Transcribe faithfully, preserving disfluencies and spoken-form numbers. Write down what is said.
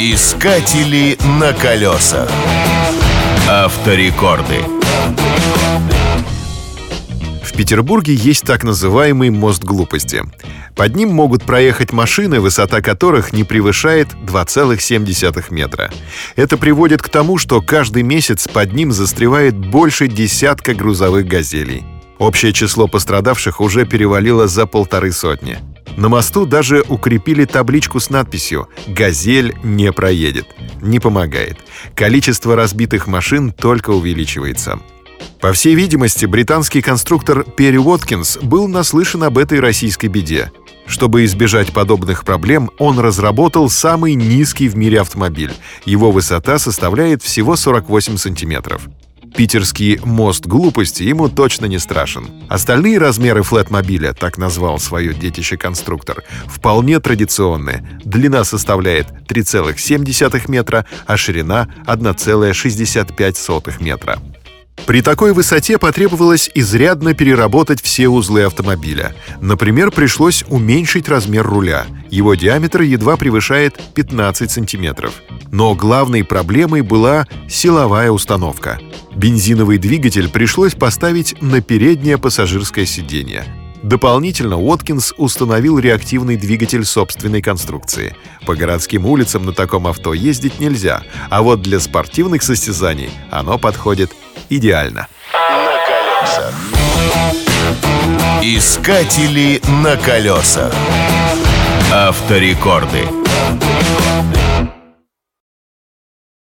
Искатели на колесах. Авторекорды. В Петербурге есть так называемый мост глупости. Под ним могут проехать машины, высота которых не превышает два целых семь десятых метра. Это приводит к тому, что каждый месяц под ним застревает больше десятка грузовых «Газелей». Общее число пострадавших уже перевалило за полторы сотни. На мосту даже укрепили табличку с надписью «Газель не проедет». Не помогает. Количество разбитых машин только увеличивается. По всей видимости, британский конструктор Перри Уоткинс был наслышан об этой российской беде. Чтобы избежать подобных проблем, он разработал самый низкий в мире автомобиль. Его высота составляет всего сорок восемь сантиметров. Питерский мост глупости ему точно не страшен. Остальные размеры флетмобиля, так назвал свое детище конструктор, вполне традиционные. Длина составляет три целых семь десятых метра, а ширина — одна целая шестьдесят пять сотых метра. При такой высоте потребовалось изрядно переработать все узлы автомобиля. Например, пришлось уменьшить размер руля. Его диаметр едва превышает пятнадцать сантиметров. Но главной проблемой была силовая установка. Бензиновый двигатель пришлось поставить на переднее пассажирское сиденье. Дополнительно Уоткинс установил реактивный двигатель собственной конструкции. По городским улицам на таком авто ездить нельзя, а вот для спортивных состязаний оно подходит идеально. На колесах. Искатели на колесах. Авторекорды.